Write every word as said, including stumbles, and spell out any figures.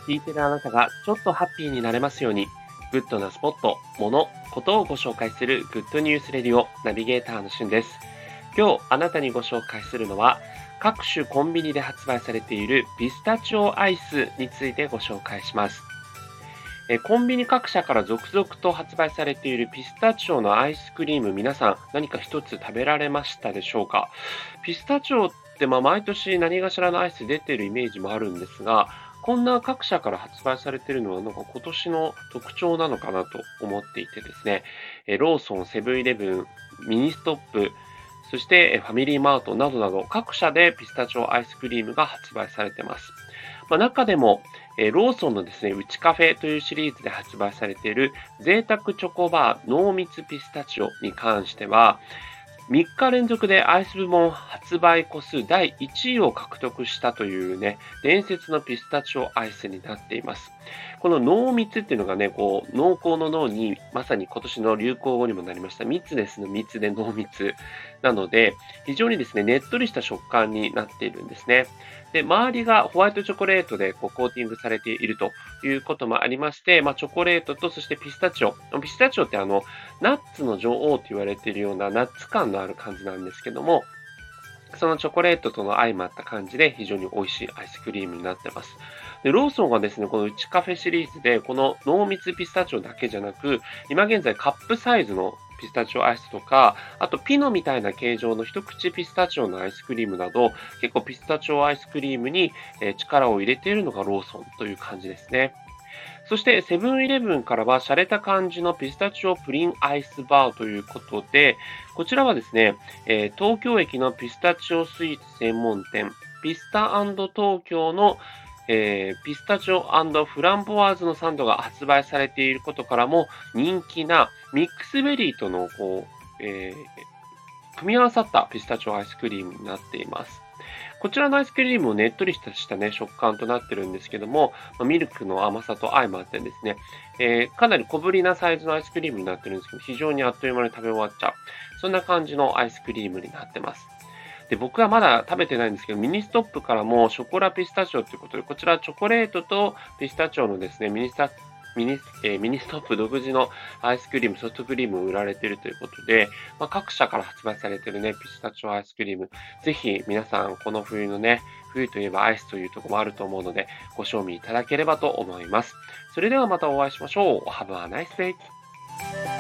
聞いてるあなたがちょっとハッピーになれますように、グッドなスポット、もの、ことをご紹介するグッドニュースレディオナビゲーターのしゅんです。今日あなたにご紹介するのは、各種コンビニで発売されているピスタチオアイスについてご紹介します。えコンビニ各社から続々と発売されているピスタチオのアイスクリーム、皆さん何か一つ食べられましたでしょうか？ピスタチオってまあ毎年何かしらのアイス出てるイメージもあるんですが、こんな各社から発売されているのはなんか今年の特徴なのかなと思っていてですね、えローソン、セブンイレブン、ミニストップ、そしてえファミリーマートなどなど各社でピスタチオアイスクリームが発売されています。まあ、中でも、えーローソンのですね、ウチカフェというシリーズで発売されている贅沢チョコバー濃密ピスタチオに関しては、みっか連続でアイス部門発売個数だいいちいを獲得したというね、伝説のピスタチオアイスになっています。この濃密っていうのがね、こう、濃厚の濃に、まさに今年の流行語にもなりました、密ですの密で濃密なので、非常にですね、ねっとりした食感になっているんですね。で、周りがホワイトチョコレートでこうコーティングされているということもありまして、まあ、チョコレートとそしてピスタチオ。ピスタチオってあの、ナッツの女王と言われているようなナッツ感のある感じなんですけども、そのチョコレートとの相まった感じで非常に美味しいアイスクリームになってます。で、ローソンがですね、このうちカフェシリーズで、この濃密ピスタチオだけじゃなく、今現在カップサイズのピスタチオアイスとか、あとピノみたいな形状の一口ピスタチオのアイスクリームなど、結構ピスタチオアイスクリームにえー力を入れているのがローソンという感じですね。そしてセブンイレブンからは洒落た感じのピスタチオプリンアイスバーということで、こちらはですね、えー東京駅のピスタチオスイーツ専門店、ピスタ東京の、えーピスタチオフランボワーズのサンドが発売されていることからも人気なミックスベリーとのこう、えー組み合わさったピスタチオアイスクリームになっています。こちらのアイスクリームもねっとりしたしたね、食感となってるんですけども、まあミルクの甘さと相まってですね、えーかなり小ぶりなサイズのアイスクリームになってるんですけど、非常にあっという間に食べ終わっちゃう。そんな感じのアイスクリームになってます。で、僕はまだ食べてないんですけど、ミニストップからもショコラピスタチオということで、こちらチョコレートとピスタチオのですね、ミニスタミニえーミニストップ独自のアイスクリーム、ソフトクリームを売られているということで、まあ、各社から発売されているね、ピスタチオアイスクリーム、ぜひ皆さん、この冬のね、冬といえばアイスというところもあると思うので、ご賞味いただければと思います。それではまたお会いしましょう。Have a nice day!